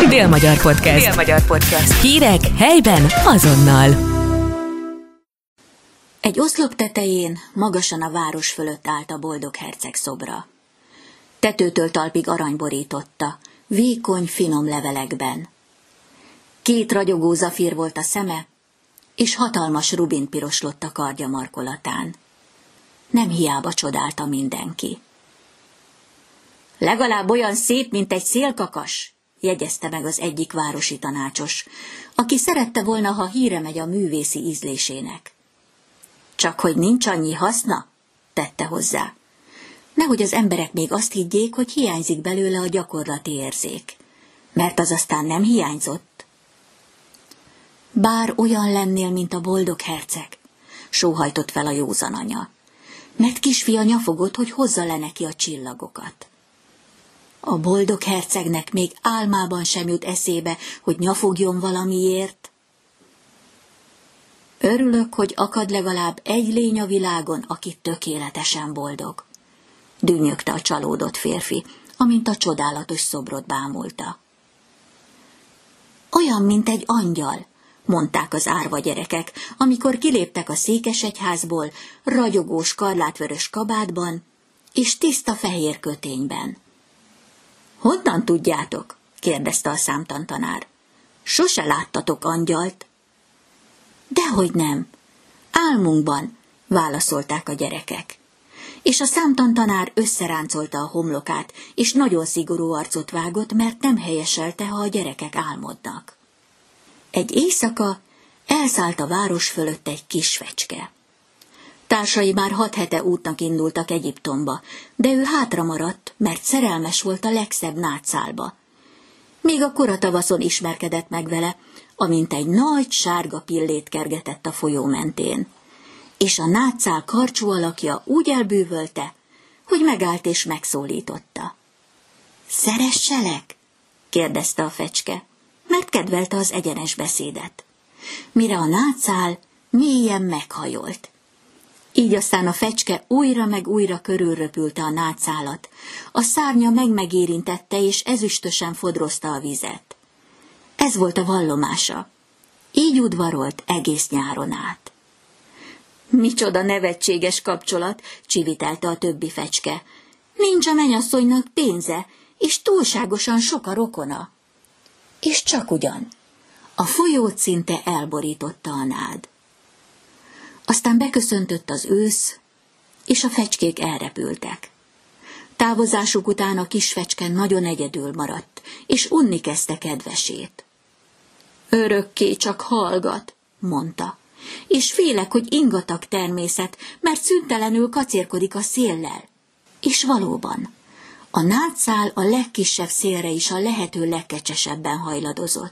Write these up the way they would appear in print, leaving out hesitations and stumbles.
Dél-Magyar Podcast. Dél-Magyar Podcast. Hírek helyben azonnal. Egy oszlop tetején magasan a város fölött állt a boldog herceg szobra. Tetőtől talpig arany borította, vékony, finom levelekben. 2 ragyogó zafír volt a szeme, és hatalmas rubin piroslott a kardja markolatán. Nem hiába csodálta mindenki. Legalább olyan szép, mint egy szélkakas, jegyezte meg az egyik városi tanácsos, aki szerette volna, ha híre megy a művészi ízlésének. Csak hogy nincs annyi haszna, tette hozzá. Nehogy az emberek még azt higgyék, hogy hiányzik belőle a gyakorlati érzék, mert az aztán nem hiányzott. Bár olyan lennél, mint a boldog herceg, sóhajtott fel a józan anya, mert kisfia nyafogott, hogy hozza le neki a csillagokat. A boldog hercegnek még álmában sem jut eszébe, hogy nyafogjon valamiért. Örülök, hogy akad legalább egy lény a világon, aki tökéletesen boldog, dünnyögte a csalódott férfi, amint a csodálatos szobrot bámulta. Olyan, mint egy angyal, mondták az árva gyerekek, amikor kiléptek a székesegyházból, ragyogó skarlátvörös kabátban és tiszta fehér kötényben. Honnan tudjátok? kérdezte a számtantanár. Sose láttatok angyalt? Dehogy nem. Álmunkban, válaszolták a gyerekek. És a számtantanár összeráncolta a homlokát, és nagyon szigorú arcot vágott, mert nem helyeselte, ha a gyerekek álmodnak. Egy éjszaka elszállt a város fölött egy kis fecske. Társai már 6 hete útnak indultak Egyiptomba, de ő hátra maradt, mert szerelmes volt a legszebb nátszálba. Még a kora tavaszon ismerkedett meg vele, amint egy nagy sárga pillét kergetett a folyó mentén, és a nátszál karcsú alakja úgy elbűvölte, hogy megállt és megszólította. Szeresselek? kérdezte a fecske, mert kedvelte az egyenes beszédet. Mire a nátszál mélyen meghajolt. Így aztán a fecske újra meg újra körülröpülte a nátszálat, a szárnya megérintette és ezüstösen fodrozta a vizet. Ez volt a vallomása. Így udvarolt egész nyáron át. Micsoda nevetséges kapcsolat, csivitelte a többi fecske. Nincs a mennyasszonynak pénze, és túlságosan sok a rokona. És csak ugyan. A folyót szinte elborította a nád. Aztán beköszöntött az ősz, és a fecskék elrepültek. Távozásuk után a kis fecske nagyon egyedül maradt, és unni kezdte kedvesét. Örökké csak hallgat, mondta, és félek, hogy ingatag természet, mert szüntelenül kacérkodik a széllel. És valóban, a nátszál a legkisebb szélre is a lehető legkecsesebben hajladozott.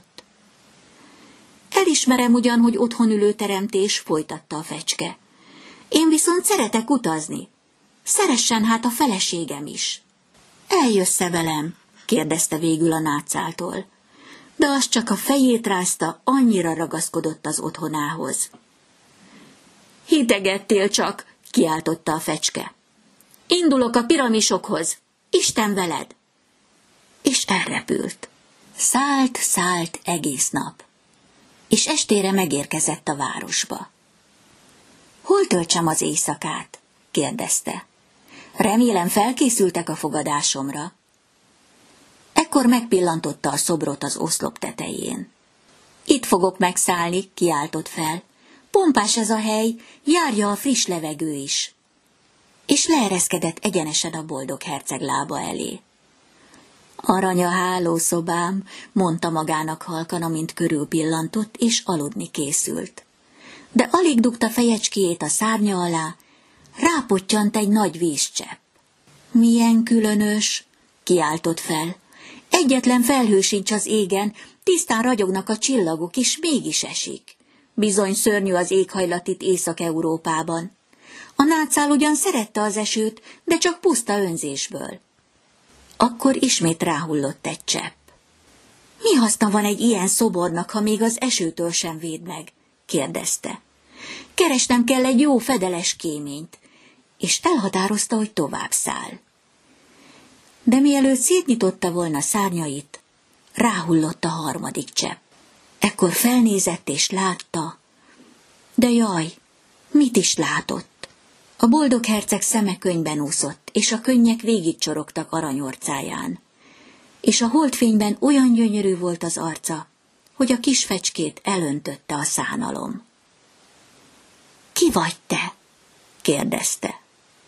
Elismerem ugyan, hogy otthon ülő teremtés, folytatta a fecske. Én viszont szeretek utazni. Szeressen hát a feleségem is. Eljössz-e velem? kérdezte végül a nátszáltól. De az csak a fejét rázta, annyira ragaszkodott az otthonához. Hitegettél csak, kiáltotta a fecske. Indulok a piramisokhoz, Isten veled! És elrepült. Szállt egész nap. És estére megérkezett a városba. Hol töltsem az éjszakát? kérdezte. Remélem felkészültek a fogadásomra. Ekkor megpillantotta a szobrot az oszlop tetején. Itt fogok megszállni, kiáltott fel. Pompás ez a hely, járja a friss levegő is. És leereszkedett egyenesen a boldog herceg lába elé. Arany a hálószobám, mondta magának halkan, amint körülpillantott, és aludni készült. De alig dugta fejecskéjét a szárnya alá, rápottyant egy nagy vízcsepp. Milyen különös, kiáltott fel. Egyetlen felhő sincs az égen, tisztán ragyognak a csillagok, és mégis esik. Bizony szörnyű az éghajlat itt Észak-Európában. A nátszál ugyan szerette az esőt, de csak puszta önzésből. Akkor ismét ráhullott egy csepp. Mi haszna van egy ilyen szobornak, ha még az esőtől sem véd meg? kérdezte. Keresnem kell egy jó fedeles kéményt, és elhatározta, hogy tovább száll. De mielőtt szétnyitotta volna szárnyait, ráhullott a harmadik csepp. Ekkor felnézett és látta, de jaj, mit is látott? A boldog herceg szeme könnyben úszott, és a könnyek végigcsorogtak aranyorcáján. És a holdfényben olyan gyönyörű volt az arca, hogy a kis fecskét elöntötte a szánalom. Ki vagy te? kérdezte.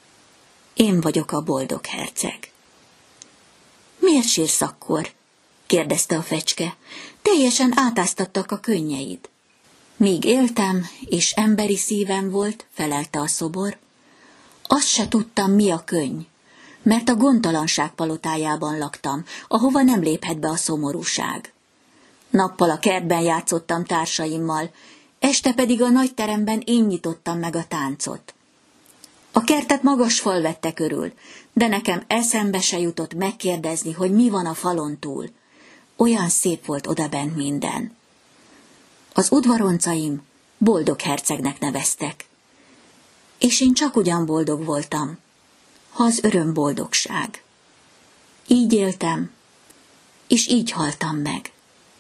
Én vagyok a boldog herceg. Miért sírsz akkor? kérdezte a fecske. Teljesen átáztattak a könnyeid. Míg éltem, és emberi szívem volt, felelte a szobor, azt se tudtam, mi a könny, mert a gondtalanság palotájában laktam, ahova nem léphet be a szomorúság. Nappal a kertben játszottam társaimmal, este pedig a nagy teremben én nyitottam meg a táncot. A kertet magas fal vette körül, de nekem eszembe se jutott megkérdezni, hogy mi van a falon túl. Olyan szép volt odabent minden. Az udvaroncaim boldog hercegnek neveztek. És én csak ugyan boldog voltam, ha az öröm boldogság. Így éltem, és így haltam meg.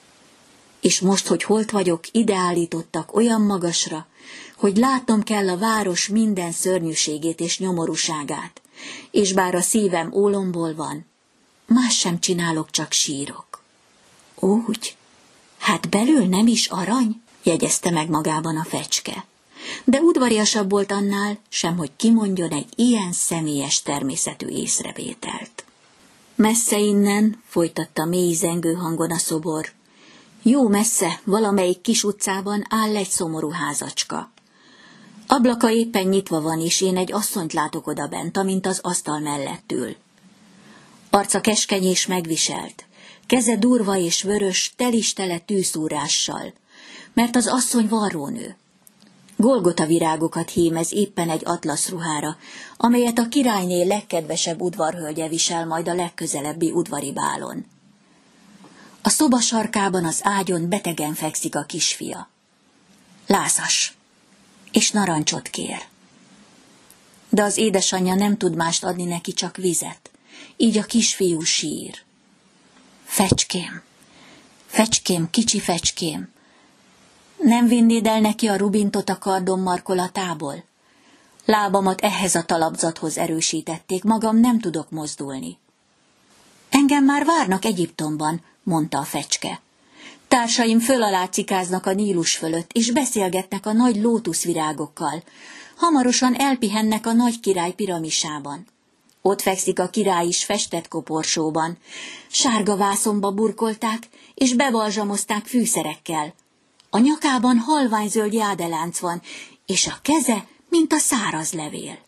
És most, hogy holt vagyok, ide állítottak olyan magasra, hogy látnom kell a város minden szörnyűségét és nyomorúságát, és bár a szívem ólomból van, más sem csinálok, csak sírok. Úgy? Hát belül nem is arany? Jegyezte meg magában a fecske. De udvariasabb volt annál, sem hogy kimondjon egy ilyen személyes természetű észrevételt. Messze innen, folytatta mély zengő hangon a szobor, jó messze, valamelyik kis utcában áll egy szomorú házacska. Ablaka éppen nyitva van, és én egy asszonyt látok odabent, amint az asztal mellett ül. Arca keskeny és megviselt, keze durva és vörös, telistele tűszúrással, mert az asszony varrónő. Golgota virágokat hímez éppen egy atlaszruhára, amelyet a királyné legkedvesebb udvarhölgye visel majd a legközelebbi udvari bálon. A szoba sarkában az ágyon betegen fekszik a kisfia. Lázas, és narancsot kér. De az édesanyja nem tud mást adni neki, csak vizet, így a kisfiú sír. Fecském, fecském, kicsi fecském, nem vinnéd el neki a rubintot a kardom markolatából? Lábamat ehhez a talapzathoz erősítették, magam nem tudok mozdulni. Engem már várnak Egyiptomban, mondta a fecske. Társaim föl alá cikáznak a Nílus fölött, és beszélgetnek a nagy lótuszvirágokkal. Hamarosan elpihennek a nagy király piramisában. Ott fekszik a király is festett koporsóban. Sárga vászonba burkolták, és bebalzsamozták fűszerekkel. A nyakában halványzöld jádelánc van, és a keze, mint a száraz levél.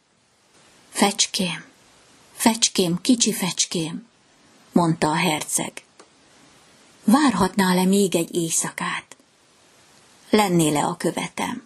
Fecském, fecském, kicsi fecském, mondta a herceg. Várhatnál-e még egy éjszakát? Lennél-e a követem?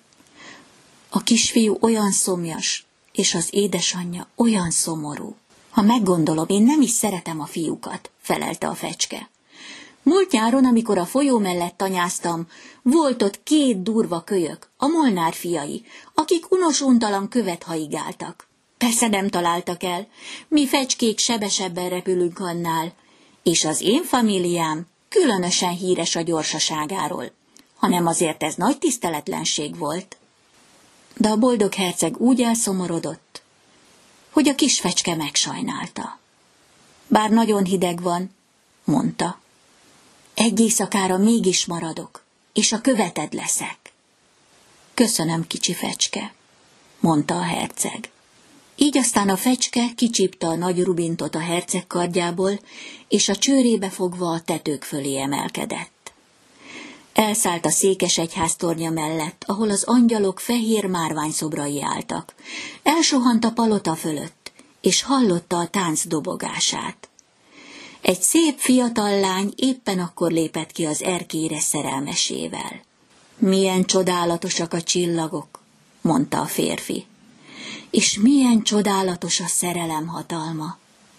A kisfiú olyan szomjas, és az édesanyja olyan szomorú. Ha meggondolom, én nem is szeretem a fiúkat, felelte a fecske. Múlt nyáron, amikor a folyó mellett tanyáztam, volt ott 2 durva kölyök, a Molnár fiai, akik unos-untalan követ haigáltak. Persze nem találtak el, mi fecskék sebesebben repülünk annál, és az én famíliám különösen híres a gyorsaságáról, hanem azért ez nagy tiszteletlenség volt. De a boldog herceg úgy elszomorodott, hogy a kis fecske megsajnálta. Bár nagyon hideg van, mondta, egy éjszakára mégis maradok, és a követed leszek. Köszönöm, kicsi fecske, mondta a herceg. Így aztán a fecske kicsípte a nagy rubintot a herceg kardjából, és a csőrébe fogva a tetők fölé emelkedett. Elszállt a székesegyház tornya mellett, ahol az angyalok fehér márványszobrai álltak. Elsuhant a palota fölött, és hallotta a tánc dobogását. Egy szép fiatal lány éppen akkor lépett ki az erkélyre szerelmesével. Milyen csodálatosak a csillagok, mondta a férfi. És milyen csodálatos a szerelem hatalma.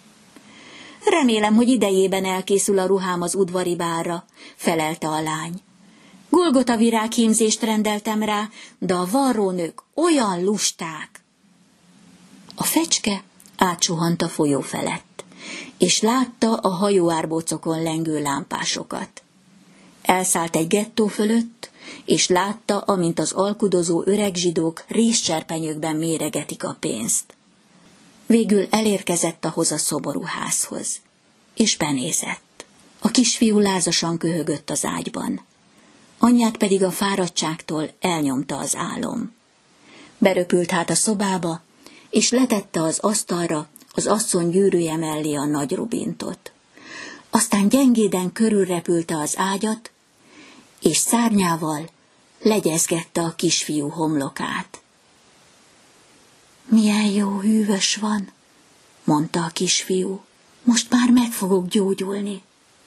Remélem, hogy idejében elkészül a ruhám az udvari bálra, felelte a lány. Golgota virághímzést rendeltem rá, de a varrónők olyan lusták. A fecske átsuhant a folyó felett, és látta a hajóárbócokon lengő lámpásokat. Elszállt egy gettó fölött, és látta, amint az alkudozó öreg zsidók rézcserpenyőkben méregetik a pénzt. Végül elérkezett ahhoz a szoború házhoz, és benézett. A kisfiú lázasan köhögött az ágyban. Anyját pedig a fáradtságtól elnyomta az álom. Beröpült hát a szobába, és letette az asztalra az asszony gyűrűje mellé a nagy rubintot. Aztán gyengéden körülrepülte az ágyat, és szárnyával legyezgette a kisfiú homlokát. Milyen jó hűvös van, mondta a kisfiú, most már meg fogok gyógyulni.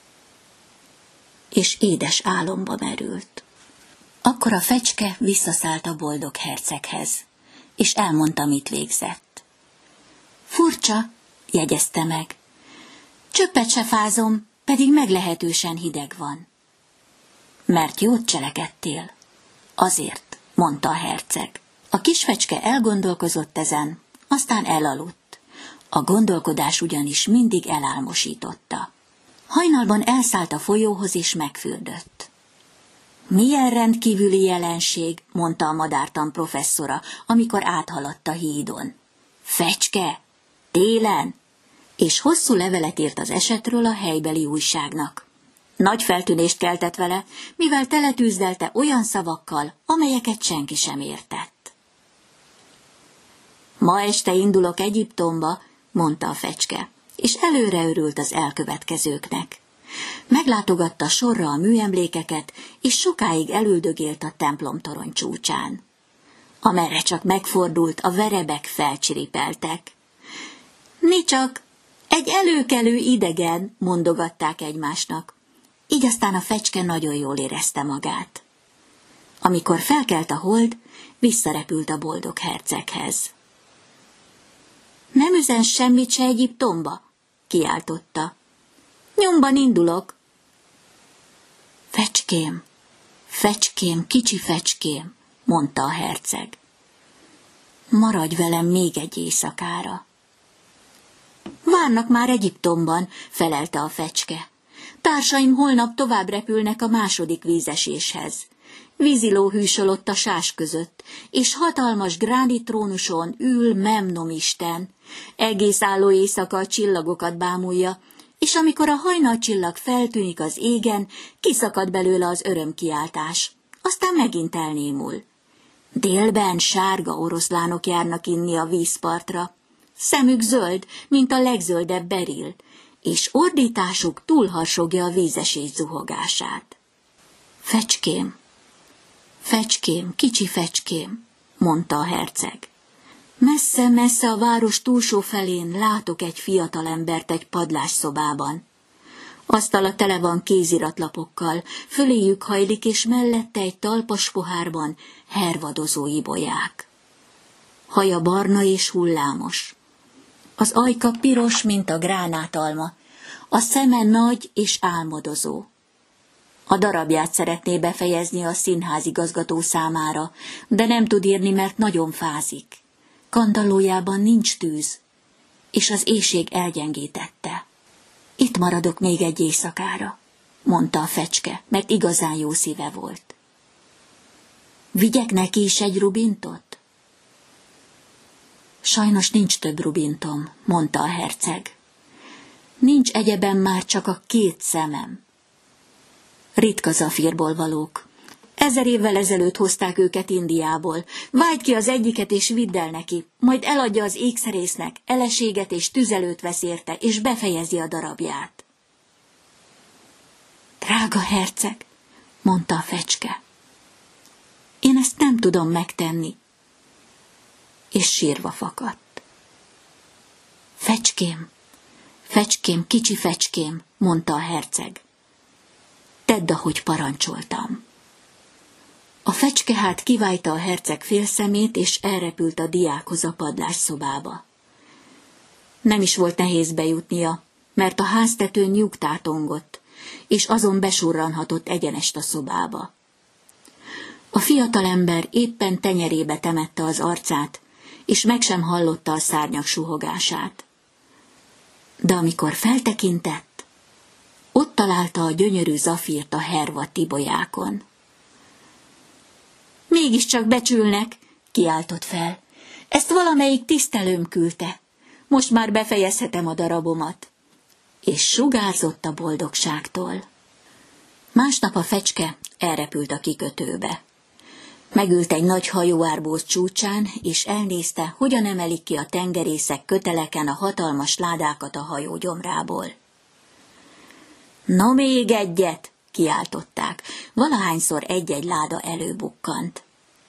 És édes álomba merült. Akkor a fecske visszaszállt a boldog herceghez, és elmondta, mit végzett. Furcsa, jegyezte meg. Csöppet se fázom, pedig meglehetősen hideg van. Mert jót cselekedtél. Azért, mondta a herceg. A kisfecske elgondolkozott ezen, aztán elaludt. A gondolkodás ugyanis mindig elálmosította. Hajnalban elszállt a folyóhoz és megfürdött. Milyen rendkívüli jelenség, mondta a madártan professzora, amikor áthaladt a hídon. Fecske? Télen? És hosszú levelet írt az esetről a helybeli újságnak. Nagy feltűnést keltett vele, mivel teletűzdelte olyan szavakkal, amelyeket senki sem értett. Ma este indulok Egyiptomba, mondta a fecske, és előre örült az elkövetkezőknek. Meglátogatta sorra a műemlékeket, és sokáig elüldögélt a templomtorony csúcsán. Amerre csak megfordult, a verebek felcsiripeltek. Mi csak, egy előkelő idegen, mondogatták egymásnak. Így aztán a fecske nagyon jól érezte magát. Amikor felkelt a hold, visszarepült a boldog herceghez. Nem üzen semmit se Egyiptomba? Kiáltotta. Nyomban indulok. Fecském, fecském, kicsi fecském, mondta a herceg. Maradj velem még egy éjszakára. Várnak már Egyiptomban, felelte a fecske. Társaim holnap tovább repülnek a második vízeséshez. Víziló hűsöl ott a sás között, és hatalmas gránitrónuson ül Memnom isten. Egész álló éjszaka a csillagokat bámulja, és amikor a hajnalcsillag feltűnik az égen, kiszakad belőle az örömkiáltás, aztán megint elnémul. Délben sárga oroszlánok járnak inni a vízpartra. Szemük zöld, mint a legzöldebb beril, és ordításuk túlharsogja a vízesés zuhogását. Fecském, fecském, kicsi fecském, mondta a herceg. Messze-messze a város túlsó felén látok egy fiatalembert egy padlásszobában. Asztala tele van kéziratlapokkal, föléjük hajlik, és mellette egy talpas pohárban hervadozó ibolyák. Haja barna és hullámos. Az ajka piros, mint a gránátalma, a szeme nagy és álmodozó. A darabját szeretné befejezni a színházigazgató számára, de nem tud írni, mert nagyon fázik. Kandallójában nincs tűz, és az éhség elgyengítette. Itt maradok még egy éjszakára, mondta a fecske, mert igazán jó szíve volt. Vigyek neki is egy rubintot? Sajnos nincs több rubintom, mondta a herceg. Nincs egyeben már csak a 2 szemem. Ritka zafírból valók. 1000 évvel ezelőtt hozták őket Indiából. Vágd ki az egyiket és vidd el neki, majd eladja az ékszerésznek, eleséget és tüzelőt vesz érte, és befejezi a darabját. Drága herceg, mondta a fecske, én ezt nem tudom megtenni. És sírva fakadt. Fecském, fecském, kicsi fecském, mondta a herceg. Tedd, ahogy parancsoltam. A fecske hát kivájta a herceg félszemét, és elrepült a diákhoz a padlásszobába. Nem is volt nehéz bejutnia, mert a háztetőn nyug tátongott, és azon besurranhatott egyenest a szobába. A fiatalember éppen tenyerébe temette az arcát, és meg sem hallotta a szárnyak suhogását. De amikor feltekintett, ott találta a gyönyörű zafírt a hervadt ibolyákon. Mégiscsak becsülnek, kiáltott fel. Ezt valamelyik tisztelőm küldte. Most már befejezhetem a darabomat. És sugárzott a boldogságtól. Másnap a fecske elrepült a kikötőbe. Megült egy nagy hajóárbóc csúcsán, és elnézte, hogyan emelik ki a tengerészek köteleken a hatalmas ládákat a hajó gyomrából. Na még egyet, kiáltották, valahányszor egy-egy láda előbukkant.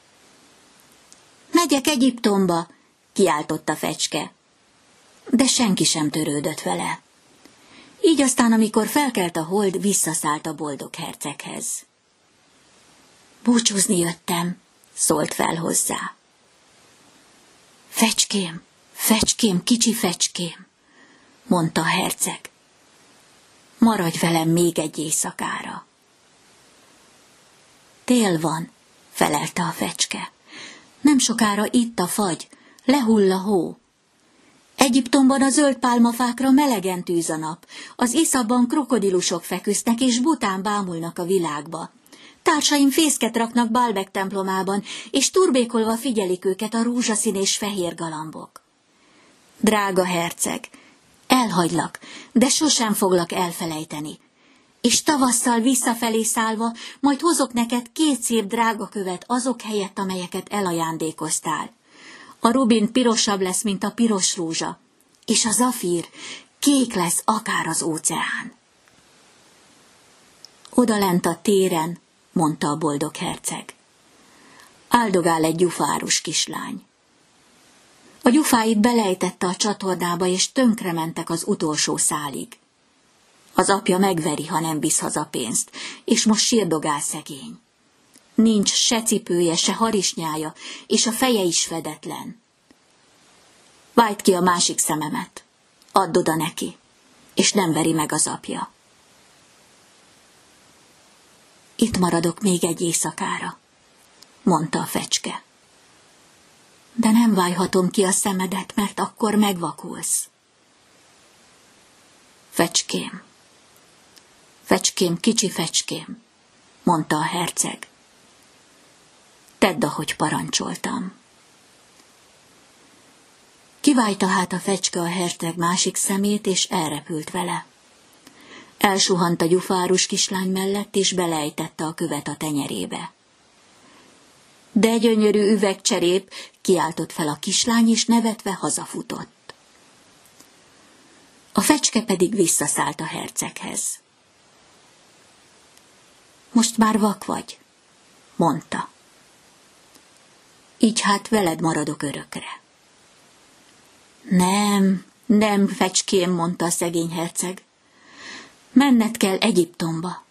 Megyek Egyiptomba, kiáltott a fecske, de senki sem törődött vele. Így aztán, amikor felkelt a hold, visszaszállt a boldog herceghez. Búcsúzni jöttem, szólt fel hozzá. Fecském, fecském, kicsi fecském, mondta a herceg. Maradj velem még egy éjszakára. Tél van, felelte a fecske. Nem sokára itt a fagy, lehull a hó. Egyiptomban a zöld pálmafákra melegen tűz a nap, az iszabban krokodilusok feküsznek és bután bámulnak a világba. Társaim fészket raknak Baalbek templomában, és turbékolva figyelik őket a rózsaszín és fehér galambok. Drága herceg, elhagylak, de sosem foglak elfelejteni. És tavasszal visszafelé szállva, majd hozok neked 2 szép drága követ azok helyett, amelyeket elajándékoztál. A rubin pirosabb lesz, mint a piros rózsa, és a zafír kék lesz akár az óceán. Odalent a téren, mondta a boldog herceg, áldogál egy gyufárus kislány. A gyufáit belejtette a csatornába, és tönkrementek az utolsó szálig. Az apja megveri, ha nem visz haza pénzt, és most sírdogál szegény. Nincs se cipője, se harisnyája, és a feje is fedetlen. Vájt ki a másik szememet, add oda neki, és nem veri meg az apja. Itt maradok még egy éjszakára, mondta a fecske. De nem vájhatom ki a szemedet, mert akkor megvakulsz. Fecském, fecském, kicsi fecském, mondta a herceg. Tedd, ahogy parancsoltam. Kivájta hát a fecske a herceg másik szemét, és elrepült vele. Elsuhant a gyufárus kislány mellett, és belejtette a követ a tenyerébe. De gyönyörű üvegcserép, kiáltott fel a kislány, és nevetve hazafutott. A fecske pedig visszaszállt a herceghez. Most már vak vagy, mondta. Így hát veled maradok örökre. Nem, fecském, mondta a szegény herceg. Menned kell Egyiptomba.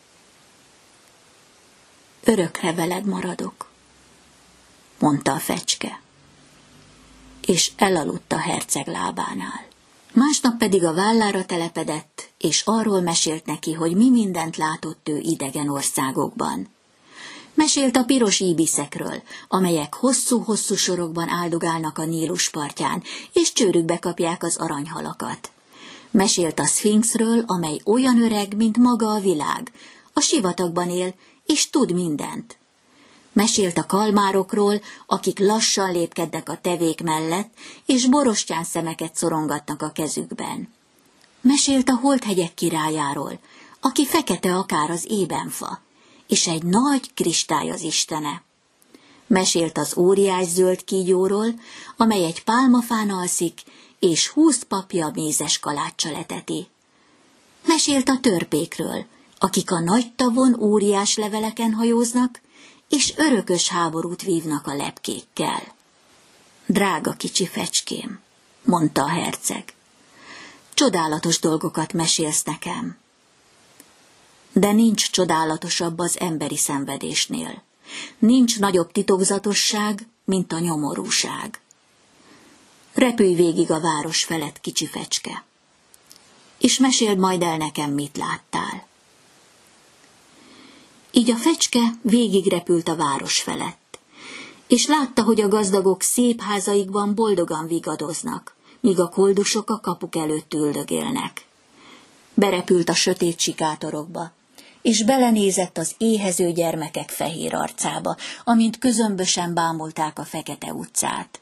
Örökre veled maradok, mondta a fecske, és elaludt a herceg lábánál. Másnap pedig a vállára telepedett, és arról mesélt neki, hogy mi mindent látott ő idegen országokban. Mesélt a piros íbiszekről, amelyek hosszú-hosszú sorokban áldogálnak a Nílus partján, és csőrükbe kapják az aranyhalakat. Mesélt a szfinxről, amely olyan öreg, mint maga a világ, a sivatagban él, és tud mindent. Mesélt a kalmárokról, akik lassan lépkednek a tevék mellett, és borostyán szemeket szorongatnak a kezükben. Mesélt a holdhegyek királyáról, aki fekete akár az ébenfa, és egy nagy kristály az istene. Mesélt az óriás zöld kígyóról, amely egy pálmafán alszik, és 20 papja mézes kaláccsal eteti. Mesélt a törpékről, akik a nagy tavon óriás leveleken hajóznak, és örökös háborút vívnak a lepkékkel. Drága kicsi fecském, mondta a herceg, csodálatos dolgokat mesélsz nekem. De nincs csodálatosabb az emberi szenvedésnél. Nincs nagyobb titokzatosság, mint a nyomorúság. Repülj végig a város felett, kicsi fecske, és meséld majd el nekem, mit láttál. Így a fecske végigrepült a város felett, és látta, hogy a gazdagok szép házaikban boldogan vigadoznak, míg a koldusok a kapuk előtt üldögélnek. Berepült a sötét sikátorokba, és belenézett az éhező gyermekek fehér arcába, amint közömbösen bámulták a fekete utcát.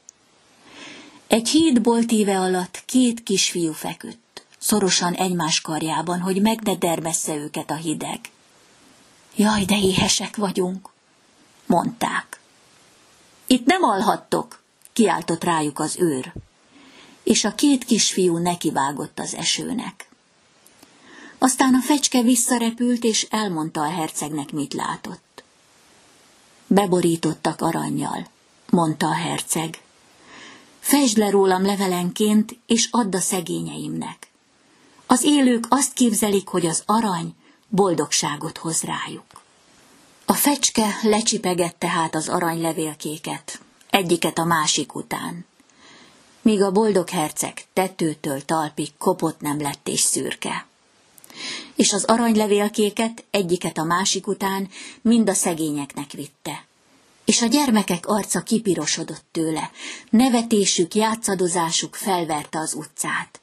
Egy híd boltíve alatt 2 kisfiú feküdt, szorosan egymás karjában, hogy meg ne dermessze őket a hideg. Jaj, de éhesek vagyunk, mondták. Itt nem alhattok, kiáltott rájuk az őr, és a 2 kisfiú nekivágott az esőnek. Aztán a fecske visszarepült, és elmondta a hercegnek, mit látott. Beborítottak arannyal, mondta a herceg. Fesd le rólam levelenként, és add a szegényeimnek. Az élők azt képzelik, hogy az arany boldogságot hoz rájuk. A fecske lecsipegette hát az aranylevélkéket, egyiket a másik után, míg a boldog herceg tetőtől talpig kopott nem lett és szürke. És az aranylevélkéket egyiket a másik után mind a szegényeknek vitte. És a gyermekek arca kipirosodott tőle, nevetésük, játszadozásuk felverte az utcát.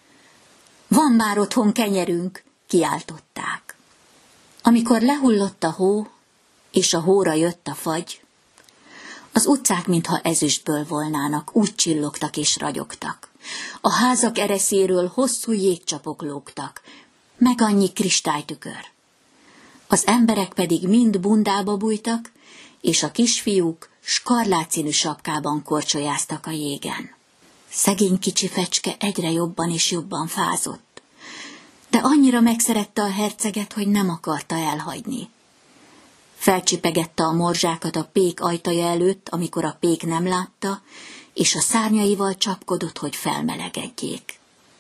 Van már otthon kenyerünk, kiáltották. Amikor lehullott a hó, és a hóra jött a fagy, az utcák mintha ezüstből volnának, úgy csillogtak és ragyogtak. A házak ereszéről hosszú jégcsapok lógtak, meg annyi kristálytükör. Az emberek pedig mind bundába bújtak, és a kisfiúk skarlátszínű sapkában korcsolyáztak a jégen. Szegény kicsi fecske egyre jobban és jobban fázott, de annyira megszerette a herceget, hogy nem akarta elhagyni. Felcsipegette a morzsákat a pék ajtaja előtt, amikor a pék nem látta, és a szárnyaival csapkodott, hogy felmelegedjék.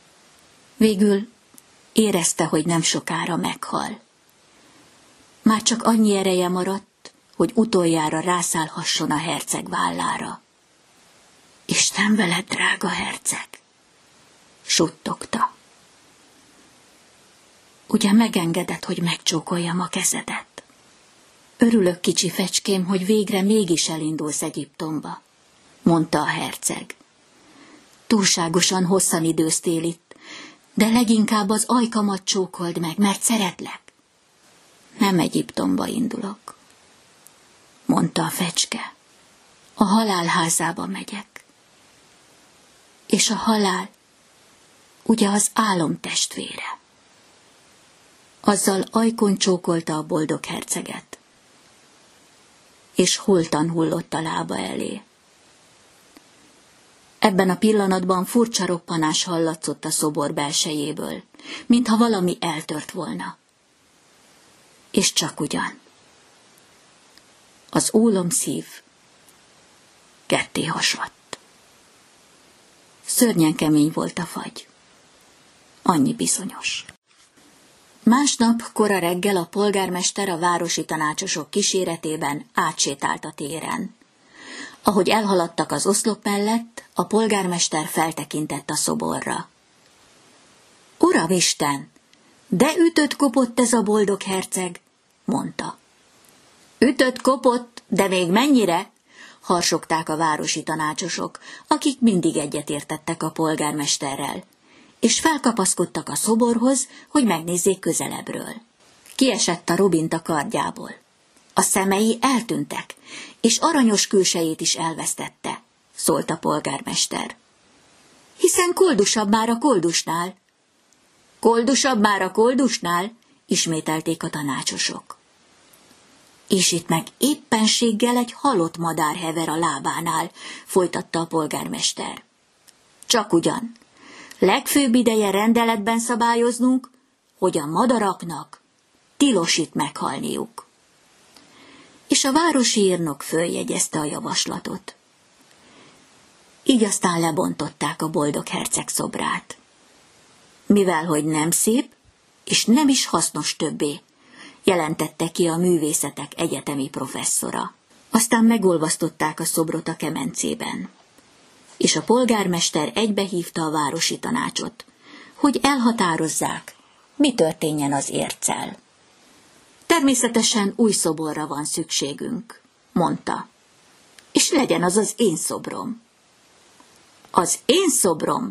Végül érezte, hogy nem sokára meghal. Már csak annyi ereje maradt, hogy utoljára rászállhasson a herceg vállára. Isten veled, drága herceg, suttogta. Ugye megengedett, hogy megcsókoljam a kezedet? Örülök, kicsi fecském, hogy végre mégis elindulsz Egyiptomba, mondta a herceg. Túlságosan hosszan időztél itt, de leginkább az ajkamat csókold meg, mert szeretlek. Nem Egyiptomba indulok, mondta a fecske. A halál házába megyek. És a halál ugye az álom testvére. Azzal ajkon csókolta a boldog herceget, és holtan hullott a lába elé. Ebben a pillanatban furcsa roppanás hallatszott a szobor belsejéből, mintha valami eltört volna. És csak ugyan. Az ólomszív ketté hasadt. Szörnyen kemény volt a fagy. Annyi bizonyos. Másnap kora reggel a polgármester a városi tanácsosok kíséretében átsétált a téren. Ahogy elhaladtak az oszlop mellett, a polgármester feltekintett a szoborra. Uramisten, de ütött kopott ez a boldog herceg, mondta. Ütött kopott, de még mennyire? Harsogták a városi tanácsosok, akik mindig egyetértettek a polgármesterrel, és felkapaszkodtak a szoborhoz, hogy megnézzék közelebbről. Kiesett a Robint a kardjából. A szemei eltűntek, és aranyos külsejét is elvesztette, szólt a polgármester. Hiszen koldusabb már a koldusnál. Koldusabb már a koldusnál, ismételték a tanácsosok. És itt meg éppenséggel egy halott madár hever a lábánál, folytatta a polgármester. Csak ugyan. Legfőbb ideje rendeletben szabályoznunk, hogy a madaraknak tilos itt meghalniuk. És a városi írnok följegyezte a javaslatot. Így aztán lebontották a boldog herceg szobrát. Mivel hogy nem szép, és nem is hasznos többé, jelentette ki a művészetek egyetemi professzora. Aztán megolvasztották a szobrot a kemencében, és a polgármester egybehívta a városi tanácsot, hogy elhatározzák, mi történjen az érccel. Természetesen új szoborra van szükségünk, mondta, és legyen az az én szobrom. Az én szobrom,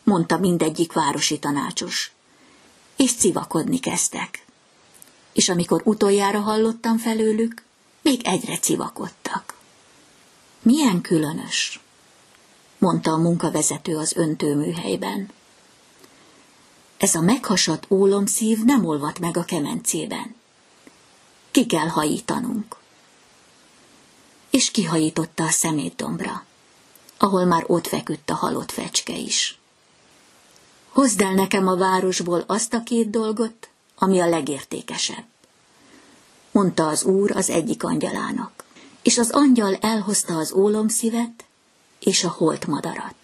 mondta mindegyik városi tanácsos, és civakodni kezdtek. És amikor utoljára hallottam felőlük, még egyre civakodtak. Milyen különös, mondta a munkavezető az öntőműhelyben. Ez a meghasadt ólomszív nem olvad meg a kemencében. Ki kell hajítanunk. És kihajította a szemétdombra, ahol már ott feküdt a halott fecske is. Hozd el nekem a városból azt a 2 dolgot, ami a legértékesebb, mondta az úr az egyik angyalának, és az angyal elhozta az ólomszívet és a holtmadarat.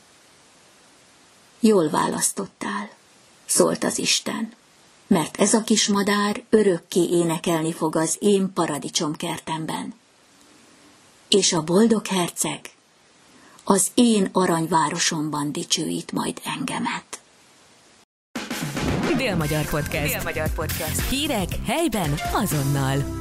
Jól választottál, szólt az Isten, mert ez a kis madár örökké énekelni fog az én paradicsomkertemben, és a boldog herceg az én aranyvárosomban dicsőít majd engemet. Dél-Magyar Podcast. Hírek helyben azonnal.